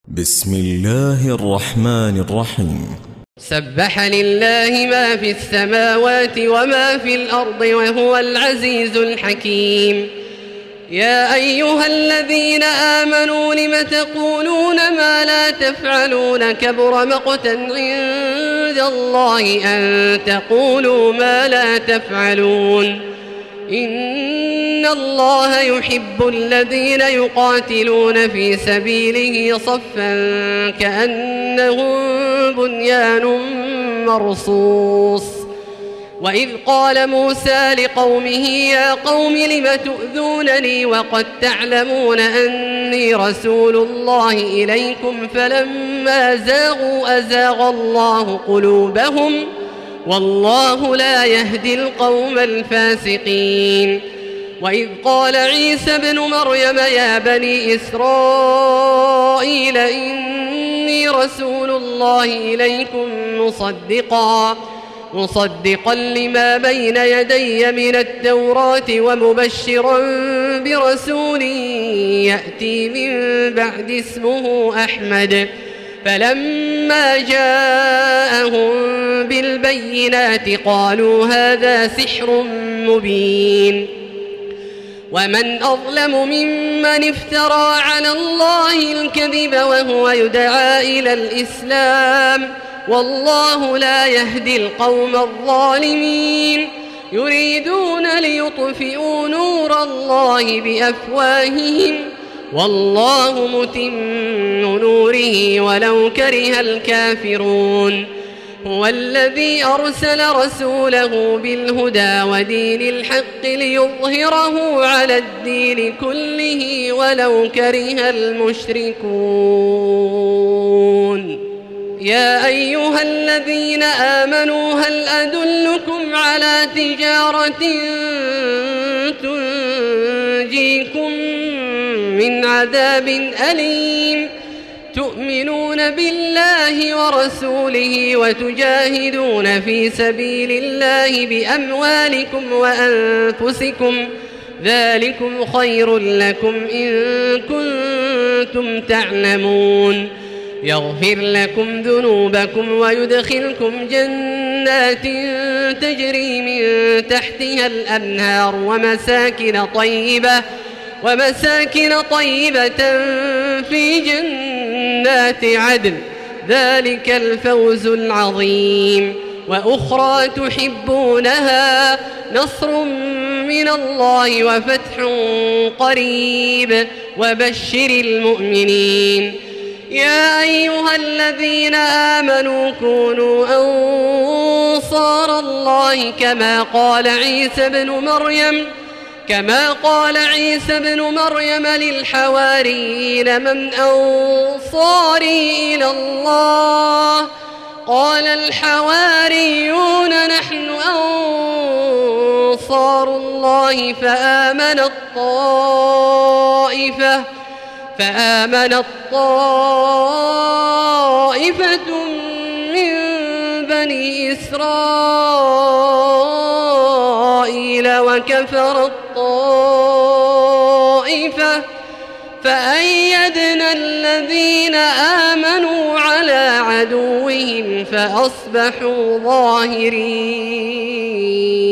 بسم الله الرحمن الرحيم. سبح لله ما في السماوات وما في الأرض وهو العزيز الحكيم. يا أيها الذين آمنوا لم تقولون ما لا تفعلون؟ كبر مقتا عند الله أن تقولوا ما لا تفعلون. إن الله يحب الذين يقاتلون في سبيله صفا كأنهم بنيان مرصوص. وإذ قال موسى لقومه يا قوم لم تؤذونني وقد تعلمون أني رسول الله إليكم فلما زاغوا أزاغ الله قلوبهم والله لا يهدي القوم الفاسقين. وإذ قال عيسى ابن مريم يا بني إسرائيل إني رسول الله إليكم مصدقا لما بين يدي من التوراة ومبشرا برسول يأتي من بعد اسمه أحمد. فلما جاءهم بالبينات قالوا هذا سحر مبين. ومن أظلم ممن افترى على الله الكذب وهو يدعى إلى الإسلام والله لا يهدي القوم الظالمين. يريدون ليطفئوا نور الله بأفواههم والله متم نوره ولو كره الكافرون. هو الذي أرسل رسوله بالهدى ودين الحق ليظهره على الدين كله ولو كره المشركون. يا أيها الذين آمنوا هل أدلكم على تجارة تنجيكم من عذاب أليم؟ تؤمنون بالله ورسوله وتجاهدون في سبيل الله بأموالكم وأنفسكم ذلكم خير لكم إن كنتم تعلمون. يغفر لكم ذنوبكم ويدخلكم جنات تجري من تحتها الأنهار ومساكن طيبة في جنات عدن ذلك الفوز العظيم. وأخرى تحبونها نصر من الله وفتح قريب وبشر المؤمنين. يا أيها الذين آمنوا كونوا أنصار الله كما قال عيسى ابن مريم للحواريين من أنصاري إلى الله؟ قال الحواريون نحن أنصار الله فآمنت طائفة من بني إسرائيل وكفرت طائفة فأيدنا الذين آمنوا على عدوهم فأصبحوا ظاهرين.